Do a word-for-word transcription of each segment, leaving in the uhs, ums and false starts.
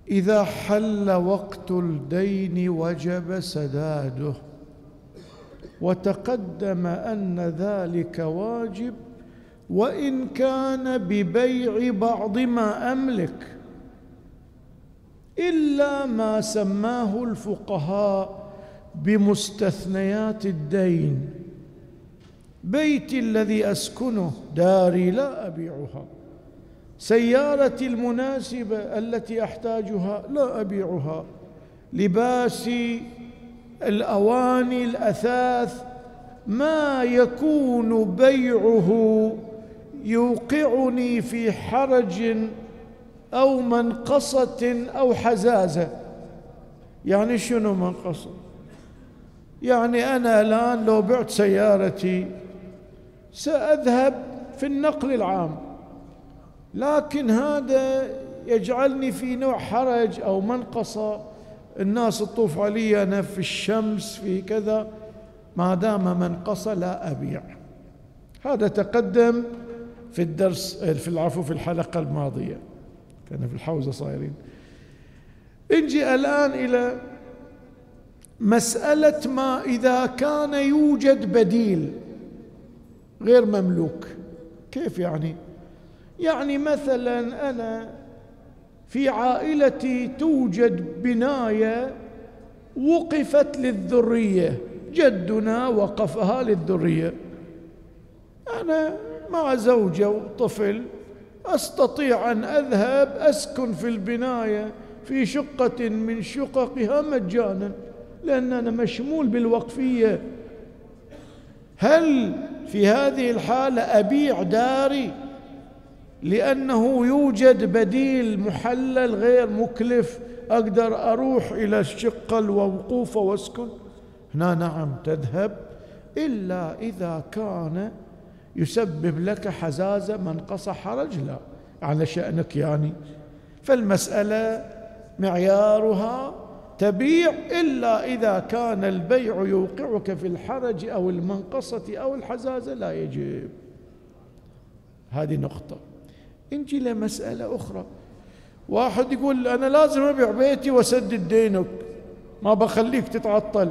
إذا حل وقت الدين وجب سداده، وتقدم أن ذلك واجب وإن كان ببيع بعض ما أملك، إلا ما سماه الفقهاء بمستثنيات الدين. بيتي الذي أسكنه، داري لا أبيعها، سيارتي المناسبة التي أحتاجها لا أبيعها، لباسي، الأواني، الأثاث، ما يكون بيعه يوقعني في حرج أو منقصة أو حزازة. يعني شنو منقصة؟ يعني أنا الآن لو بعت سيارتي سأذهب في النقل العام، لكن هذا يجعلني في نوع حرج أو منقصة، الناس تطوف علي أنا في الشمس في كذا، ما دام منقصة لا أبيع. هذا تقدم في الدرس في العفو في الحلقة الماضية، كان في الحوزة صايرين. نجي الآن إلى مسألة ما إذا كان يوجد بديل غير مملوك. كيف يعني؟ يعني مثلا أنا في عائلتي توجد بناية وقفت للذرية، جدنا وقفها للذرية، أنا مع زوجة وطفل أستطيع أن أذهب أسكن في البناية في شقة من شققها مجانا، لأن أنا مشمول بالوقفية. هل في هذه الحالة أبيع داري لأنه يوجد بديل محلل غير مكلف أقدر أروح إلى الشقة الوقوفة وأسكن؟ هنا نعم تذهب، إلا إذا كان يسبب لك حزازة منقصة حرج، لا على شأنك يعني. فالمسألة معيارها تبيع إلا إذا كان البيع يوقعك في الحرج أو المنقصة أو الحزازة لا يجب. هذه نقطة. نجي لمسألة أخرى، واحد يقول أنا لازم أبيع بيتي وأسدد دينك، ما بخليك تتعطل.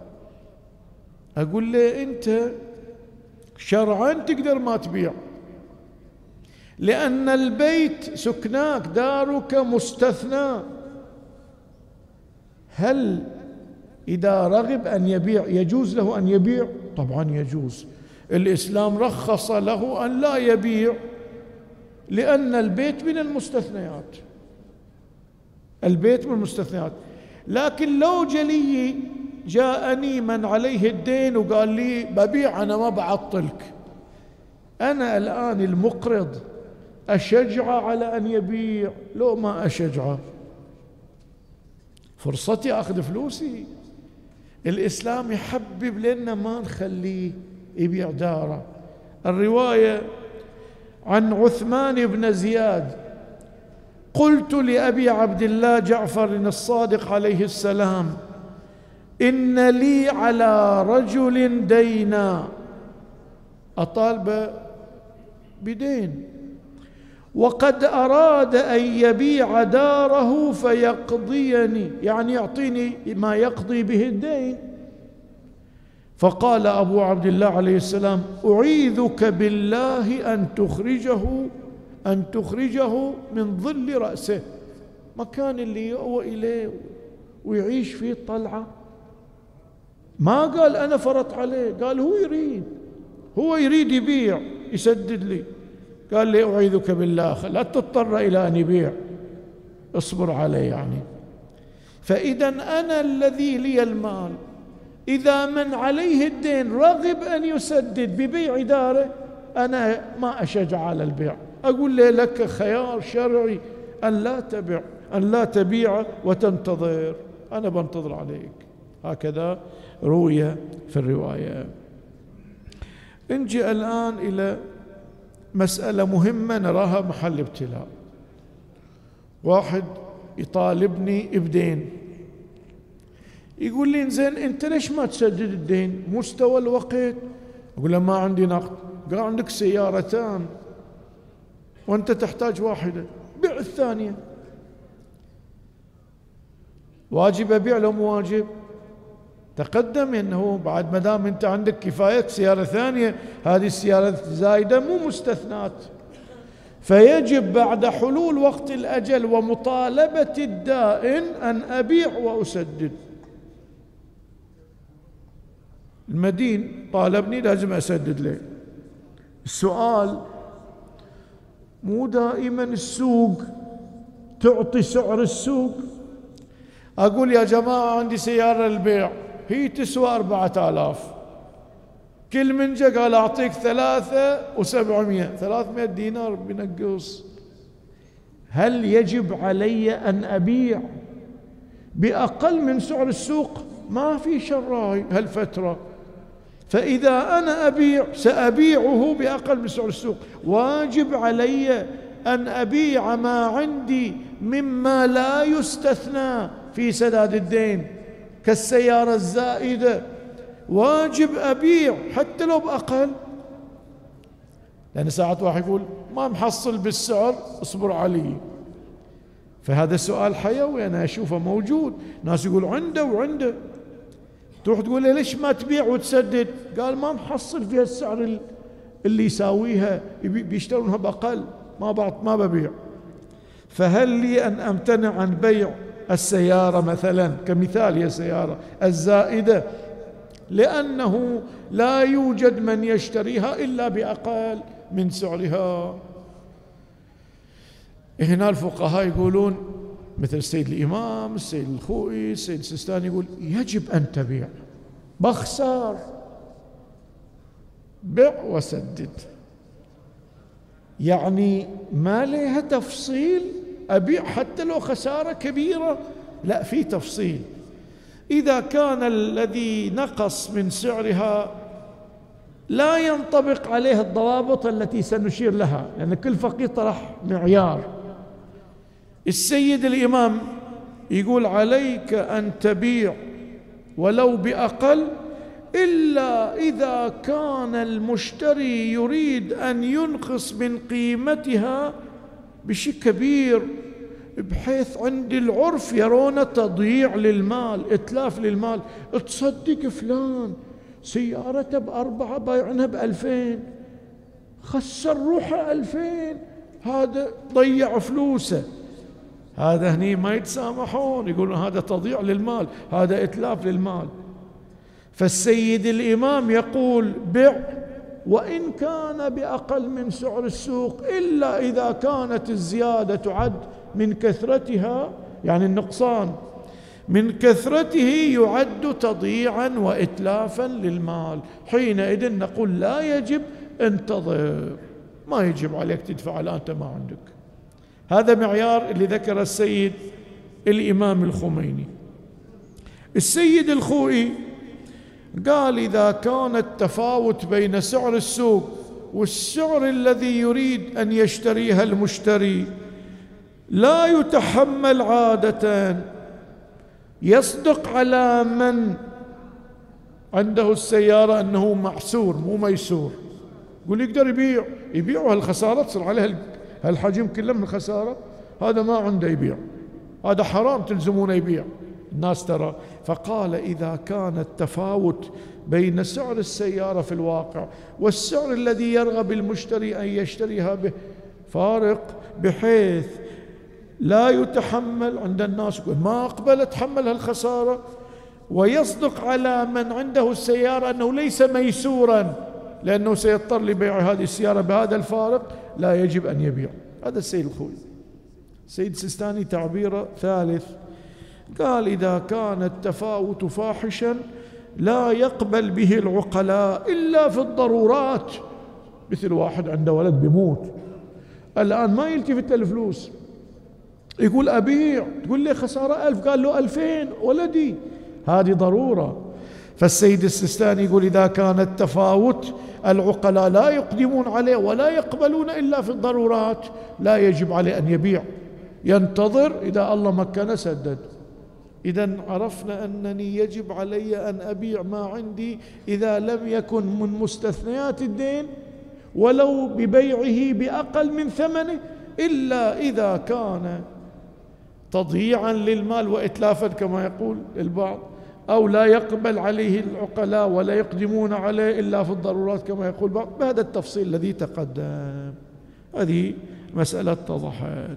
أقول له أنت شرعاً تقدر ما تبيع، لأن البيت سكناك، دارك مستثنى. هل إذا رغب أن يبيع يجوز له أن يبيع؟ طبعاً يجوز. الإسلام رخص له أن لا يبيع، لأن البيت من المستثنيات، البيت من المستثنيات. لكن لو جلي جاءني من عليه الدين وقال لي ببيع، أنا ما بعطلك، أنا الآن المقرض أشجعه على أن يبيع؟ لو ما أشجعه، فرصتي أخذ فلوسي. الإسلام يحبب لنا ما نخليه يبيع داره. الرواية عن عثمان بن زياد: قلت لأبي عبد الله جعفر الصادق عليه السلام: إن لي على رجل دينا، أطالب بدين، وقد أراد أن يبيع داره فيقضيني، يعني يعطيني ما يقضي به الدين. فقال أبو عبد الله عليه السلام: أعيذك بالله أن تخرجه أن تخرجه من ظل رأسه، مكان اللي يؤوى إليه ويعيش فيه الطلعة. ما قال أنا فرط عليه، قال هو يريد هو يريد يبيع يسدد لي. قال لي أعيذك بالله لا تضطر إلى أن يبيع، اصبر عليه يعني. فإذا أنا الذي لي المال، إذا من عليه الدين رغب أن يسدد ببيع داره، أنا ما أشجع على البيع، أقول لي لك خيار شرعي أن لا تبيع، أن لا تبيع وتنتظر، أنا بنتظر عليك. هكذا روي في الرواية. نجي الآن إلى مسألة مهمة نراها محل ابتلاء. واحد يطالبني بدين، يقول لي زين أنت ليش ما تسدد الدين؟ مستوى الوقت. أقول له ما عندي نقد. قال عندك سيارتان وأنت تحتاج واحدة، بيع الثانية. واجب أبيع لو مو واجب؟ تقدم أنه بعد ما دام أنت عندك كفاية سيارة ثانية، هذه السيارة الزايدة مو مستثنات. فيجب بعد حلول وقت الأجل ومطالبة الدائن أن أبيع وأسدد. المدين طالبني لازم أسدد له. السؤال: مو دائما السوق تعطي سعر السوق؟ أقول يا جماعة عندي سيارة للبيع هي تسوى أربعة آلاف، كل من جا قال أعطيك ثلاثة وسبعمية، ثلاثمائة دينار بنقص. هل يجب علي أن أبيع بأقل من سعر السوق؟ ما في شراي هالفترة، فإذا أنا أبيع سأبيعه بأقل من سعر السوق. واجب علي أن أبيع ما عندي مما لا يستثنى في سداد الدين كالسيارة الزائدة، واجب أبيع حتى لو بأقل. لأن ساعات واحد يقول ما محصل بالسعر اصبر علي، فهذا سؤال حيوي أنا أشوفه موجود. ناس يقول عنده وعنده، تروح تقول له ليش ما تبيع وتسدد؟ قال ما محصل فيها السعر اللي يساويها، بيشترونها بأقل، ما بعط ما ببيع. فهل لي أن أمتنع عن بيع السيارة مثلا كمثال هي سيارة الزائدة لأنه لا يوجد من يشتريها إلا بأقل من سعرها؟ هنا الفقهاء يقولون مثل السيد الإمام، السيد الخوئي، السيد السيستاني، يقول يجب أن تبيع، باخسار بيع وسدد. يعني ما لها تفصيل أبيع حتى لو خسارة كبيرة، لا، في تفصيل. إذا كان الذي نقص من سعرها لا ينطبق عليه الضوابط التي سنشير لها، لأن كل فقيه طرح معيار. السيد الإمام يقول عليك أن تبيع ولو بأقل إلا إذا كان المشتري يريد أن ينقص من قيمتها بشيء كبير، بحيث عند العرف يرون تضييع للمال، إتلاف للمال. تصدق فلان سيارته بأربعة بايعنها بألفين، خسر روحه ألفين، هذا ضيع فلوسه. هذا هني ما يتسامحون، يقولون هذا تضييع للمال، هذا إتلاف للمال. فالسيد الإمام يقول بع وإن كان بأقل من سعر السوق، إلا إذا كانت الزيادة تعد من كثرتها، يعني النقصان من كثرته يعد تضييعا وإتلافا للمال. حينئذ نقول لا يجب، انتظر، ما يجب عليك تدفع الآن أنت ما عندك. هذا معيار اللي ذكر السيد الإمام الخميني. السيد الخوئي قال إذا كان التفاوت بين سعر السوق والسعر الذي يريد أن يشتريها المشتري لا يتحمل عادة، يصدق على من عنده السيارة أنه معسور مو ميسور، يقول يقدر يبيع، يبيع هالخسارة تصير عليه هالحجم كله من الخسارة، هذا ما عنده يبيع، هذا حرام تلزمونه يبيع الناس ترى. فقال إذا كان التفاوت بين سعر السيارة في الواقع والسعر الذي يرغب المشتري أن يشتريها به فارق بحيث لا يتحمل عند الناس، ما أقبل أتحمل هالخسارة، ويصدق على من عنده السيارة أنه ليس ميسورا لأنه سيضطر لبيع هذه السيارة بهذا الفارق، لا يجب أن يبيع. هذا السيد الخوئي. السيد السيستاني تعبير ثالث قال إذا كان التفاوت فاحشا لا يقبل به العقلاء إلا في الضرورات، مثل واحد عنده ولد بيموت الآن ما يلتفت للفلوس، يقول أبيع، تقول لي خسارة ألف، قال له ألفين ولدي، هذه ضرورة. فالسيد السيستاني يقول إذا كان التفاوت العقلاء لا يقدمون عليه ولا يقبلون إلا في الضرورات لا يجب عليه أن يبيع، ينتظر إذا الله مكن سدد. إذن عرفنا أنني يجب علي أن أبيع ما عندي إذا لم يكن من مستثنيات الدين ولو ببيعه بأقل من ثمنه، إلا إذا كان تضييعا للمال وإتلافا كما يقول البعض، أو لا يقبل عليه العقلاء ولا يقدمون عليه إلا في الضرورات كما يقول البعض، بهذا التفصيل الذي تقدم. هذه مسألة اتضحت.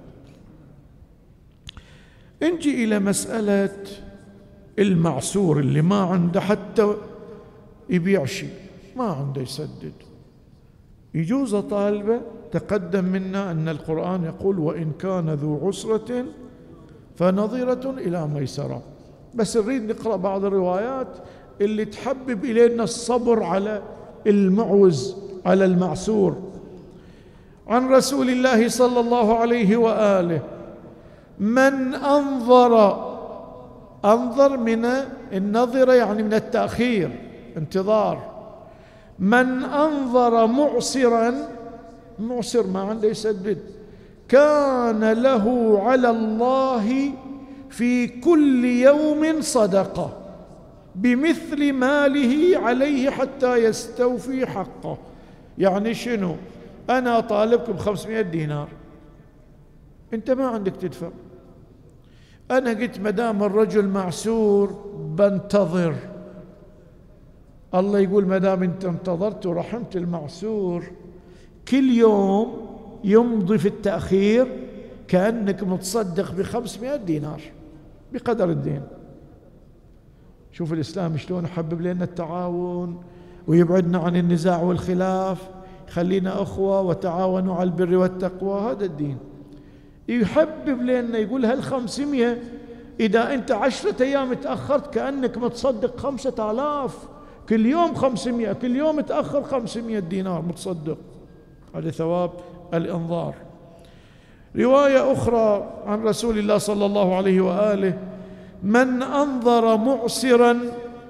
نجي إلى مسألة المعسور اللي ما عنده حتى يبيع شيء، ما عنده يسدد. يجوز طالبه تقدم منا أن القرآن يقول وإن كان ذو عسرة فنظرة إلى ميسرة، بس نريد نقرأ بعض الروايات اللي تحبب إلينا الصبر على المعوز، على المعسور. عن رسول الله صلى الله عليه وآله: من أنظر، أنظر من النظرة يعني من التأخير، انتظار. من أنظر معسرا، معسر ما عنده يسدد، كان له على الله في كل يوم صدقة بمثل ماله عليه حتى يستوفي حقه. يعني شنو؟ أنا طالبك بخمسمائة دينار، أنت ما عندك تدفع. أنا قلت مدام الرجل معسور بنتظر، الله يقول مدام أنت انتظرت ورحمت المعسور، كل يوم يمضي في التأخير كأنك متصدق بخمسمائة دينار بقدر الدين. شوف الإسلام شلون يحبب لنا التعاون ويبعدنا عن النزاع والخلاف، خلينا أخوة وتعاونوا على البر والتقوى. هذا الدين يحبب لنا، يقول هالخمسمية إذا أنت عشرة أيام تأخرت كأنك متصدق خمسة آلاف، كل يوم خمسمائة، كل يوم تأخر خمسمائة دينار متصدق. هذا ثواب الإنظار. رواية أخرى عن رسول الله صلى الله عليه وآله: من أنظر معسرا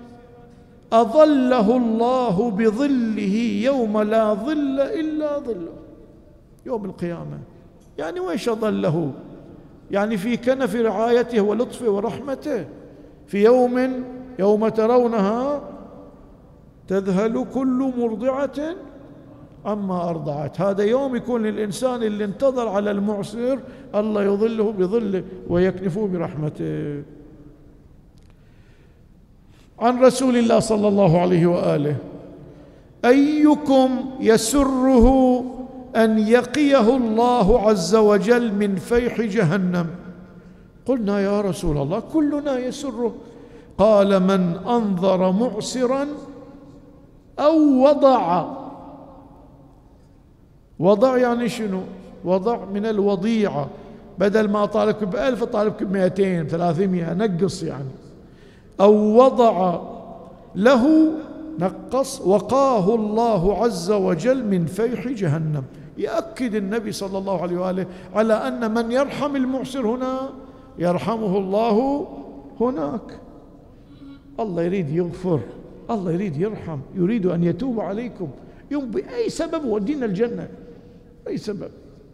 أظله الله بظله يوم لا ظل إلا ظله، يوم القيامة. يعني ويش أظله؟ يعني في كنف رعايته ولطفه ورحمته، في يوم يوم ترونها تذهل كل مرضعة عما أرضعت. هذا يوم يكون للإنسان اللي انتظر على المعسر الله يظله بظله ويكنفه برحمته. عن رسول الله صلى الله عليه وآله: أيكم يسره أن يقيه الله عز وجل من فيح جهنم؟ قلنا يا رسول الله كلنا يسره. قال: من أنظر معسرا أو وضع. وضع يعني شنو؟ وضع من الوضيعة، بدل ما طالبك بألف طالبك بمئتين ثلاثمائة، نقص يعني. أو وضع له نقص، وقاه الله عز وجل من فيح جهنم. يأكد النبي صلى الله عليه وآله على أن من يرحم المعسر هنا يرحمه الله هناك. الله يريد يغفر، الله يريد يرحم، يريد أن يتوب عليكم، يوم بأي سبب ودينا الجنة، أي سبب.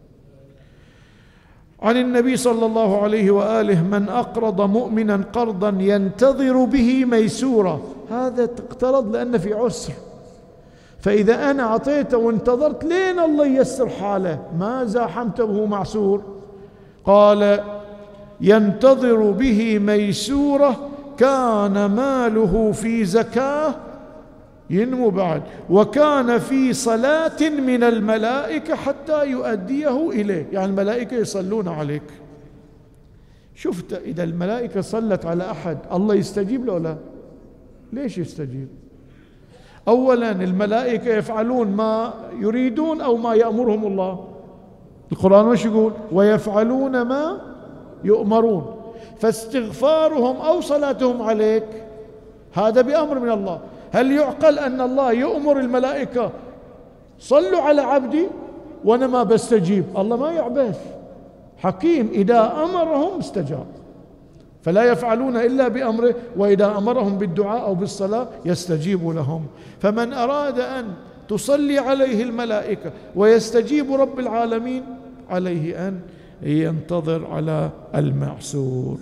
عن النبي صلى الله عليه وآله: من أقرض مؤمنا قرضا ينتظر به ميسورة. هذا تقترض لأن في عسر، فإذا أنا أعطيته وانتظرت لين الله ييسر حاله، ما زاحمته وهو معسور. قال: ينتظر به ميسورة كان ماله في زكاة ينمو بعد، وكان في صلاة من الملائكة حتى يؤديه إليه. يعني الملائكة يصلون عليك. شفت إذا الملائكة صلت على أحد الله يستجيب له؟ لا. ليش يستجيب؟ أولا الملائكة يفعلون ما يريدون أو ما يأمرهم الله. القرآن وش يقول؟ ويفعلون ما يؤمرون. فاستغفارهم أو صلاتهم عليك هذا بأمر من الله. هل يعقل أن الله يؤمر الملائكة صلوا على عبدي وأنا ما بستجيب؟ الله ما يعبث، حكيم، إذا أمرهم استجاب. فلا يفعلون إلا بأمره، وإذا أمرهم بالدعاء أو بالصلاة يستجيب لهم. فمن أراد أن تصلي عليه الملائكة ويستجيب رب العالمين عليه أن ينتظر على المعسور.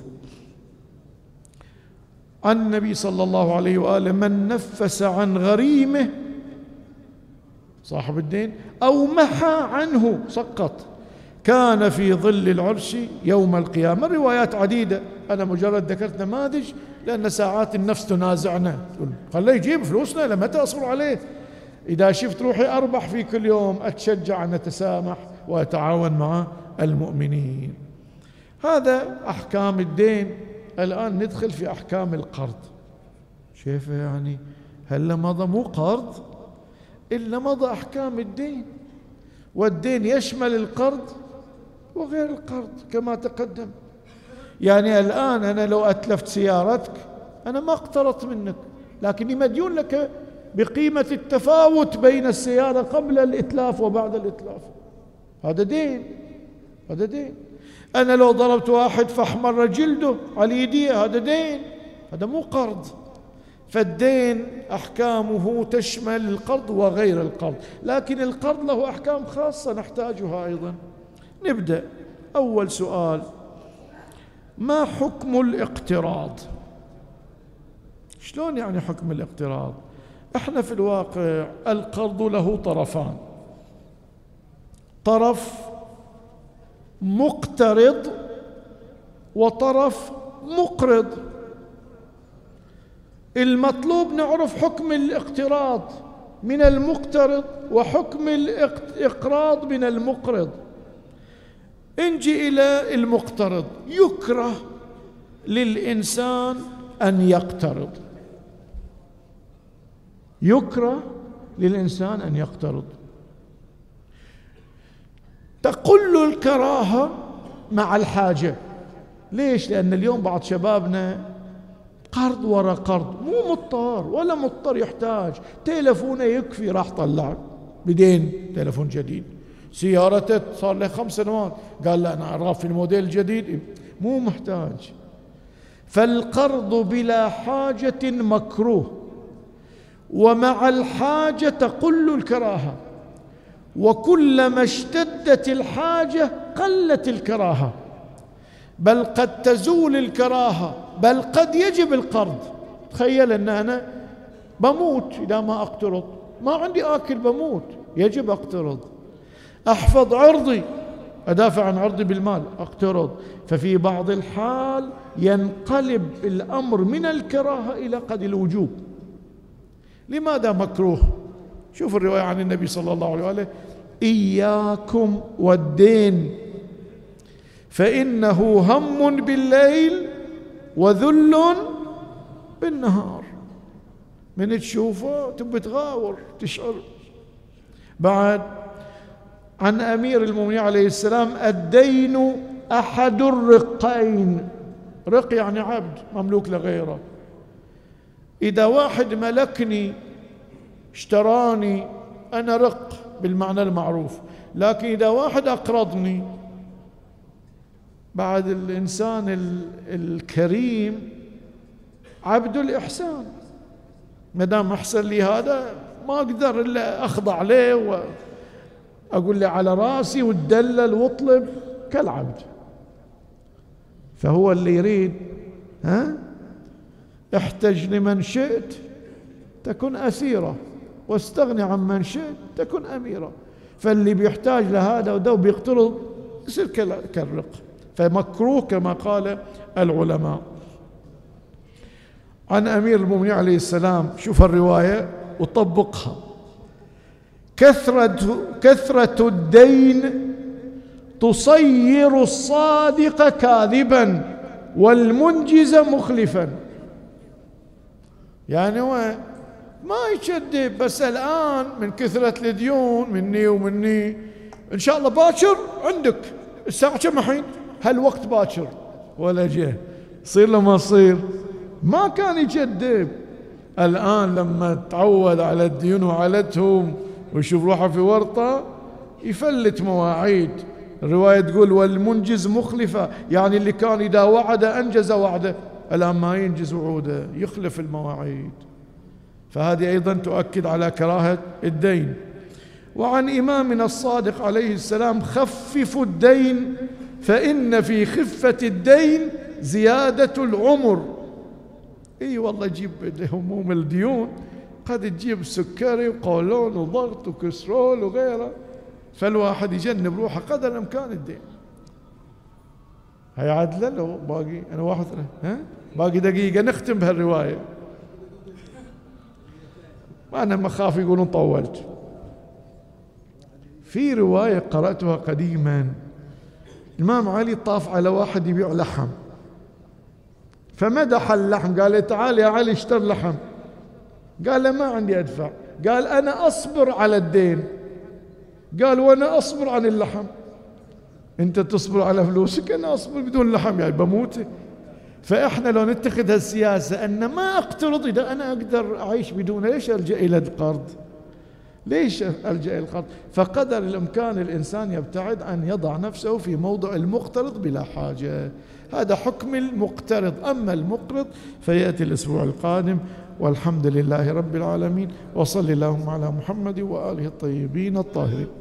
عن النبي صلى الله عليه وآله: من نفس عن غريمه صاحب الدين أو محى عنه سقط كان في ظل العرش يوم القيامة. الروايات عديدة، أنا مجرد ذكرت نماذج لأن ساعات النفس تنازعنا، خليه يجيب فلوسنا لما تصبر عليه. إذا شفت روحي أربح في كل يوم أتشجع أن أتسامح وأتعاون مع المؤمنين. هذا أحكام الدين. الآن ندخل في أحكام القرض. شايفه يعني هلا مضى مو قرض إلا مضى أحكام الدين، والدين يشمل القرض وغير القرض كما تقدم. يعني الآن أنا لو أتلفت سيارتك أنا ما اقترضت منك، لكني مديون لك بقيمة التفاوت بين السيارة قبل الإتلاف وبعد الإتلاف. هذا دين، هذا دين. أنا لو ضربت واحد فاحمر جلده على يدي هذا دين، هذا مو قرض. فالدين أحكامه تشمل القرض وغير القرض، لكن القرض له أحكام خاصة نحتاجها أيضا. نبدأ. أول سؤال: ما حكم الاقتراض؟ شلون يعني حكم الاقتراض؟ احنا في الواقع القرض له طرفان: طرف مقترض وطرف مقرض. المطلوب نعرف حكم الاقتراض من المقترض وحكم الإقراض من المقرض. انجي إلى المقترض. يكره للإنسان أن يقترض، يكره للإنسان أن يقترض. تقل الكراهة مع الحاجة. ليش؟ لأن اليوم بعض شبابنا قرض ورا قرض، مو مضطر ولا مضطر يحتاج، تلفونه يكفي راح طلع بدين تلفون جديد. سيارته صار له خمس سنوات قال لا أنا أرغب في الموديل الجديد، مو محتاج. فالقرض بلا حاجة مكروه، ومع الحاجة تقل الكراهة، وكلما اشتدت الحاجة قلت الكراهة، بل قد تزول الكراهة، بل قد يجب القرض. تخيل أن أنا بموت إذا ما أقترض، ما عندي آكل بموت، يجب أقترض. أحفظ عرضي، أدافع عن عرضي بالمال، أقترض. ففي بعض الحال ينقلب الأمر من الكراهة إلى قد الوجوب. لماذا مكروه؟ شوف الرواية عن النبي صلى الله عليه وآله: إياكم والدين فإنه هم بالليل وذل بالنهار. من تشوفه تبي تغاور تشعر. بعد عن أمير المؤمنين عليه السلام: الدين أحد الرقين. رق يعني عبد مملوك لغيره. إذا واحد ملكني اشتراني أنا رق بالمعنى المعروف، لكن إذا واحد أقرضني، بعد الإنسان الكريم عبد الإحسان، ما دام أحسن لي هذا ما أقدر إلا أخضع له وأقول له على راسي وتدلل واطلب كالعبد. فهو اللي يريد ها احتج لمن شئت تكن أسيرة، واستغني عن من شئت تكن أميرة. فاللي بيحتاج لهذا وده بيقترض يصير كالرق. فمكروه كما قال العلماء. عن أمير المؤمنين عليه السلام، شوف الرواية وطبقها: كثرة, كثرة الدين تصير الصادق كاذبا والمنجز مخلفا. يعني هو ما يكذب، بس الآن من كثرة الديون مني ومني، إن شاء الله باكر عندك الساعة كم الحين؟ هالوقت باكر ولا جه، صير لما تصير ما كان يكذب. الآن لما تعود على الديون وعلتهم ويشوف روحه في ورطة يفلت مواعيد. الرواية تقول والمنجز مخلفة، يعني اللي كان إذا وعد أنجز وعده، الآن ما ينجز وعوده، يخلف المواعيد. فهذه أيضا تؤكد على كراهة الدين. وعن إمامنا الصادق عليه السلام: خففوا الدين فإن في خفة الدين زيادة العمر. اي والله جيب هموم الديون، قد تجيب سكري وقولون وضغط وكسرول وغيره، فالواحد يجنب روحه قدر الإمكان الدين. هي عدلة لو باقي أنا واحد ها باقي دقيقة نختم بهالرواية، وأنا مخاف يقولون طولت. في رواية قرأتها قديما، الإمام علي طاف على واحد يبيع لحم فمدح اللحم، قال له تعال يا علي اشتر لحم، قال له ما عندي أدفع، قال أنا أصبر على الدين، قال وأنا أصبر عن اللحم. أنت تصبر على فلوسك، أنا أصبر بدون لحم يعني بموت. فإحنا لو نتخذ هالسياسة أن ما أقترض إذا أنا أقدر أعيش بدونه، ليش ألجأ إلى القرض؟ ليش ألجأ إلى القرض؟ فقدر الإمكان الإنسان يبتعد أن يضع نفسه في موضع المقترض بلا حاجة، هذا حكم المقترض. أما المقرض فيأتي الأسبوع القادم، والحمد لله رب العالمين، وصل اللهم على محمد وآله الطيبين الطاهرين.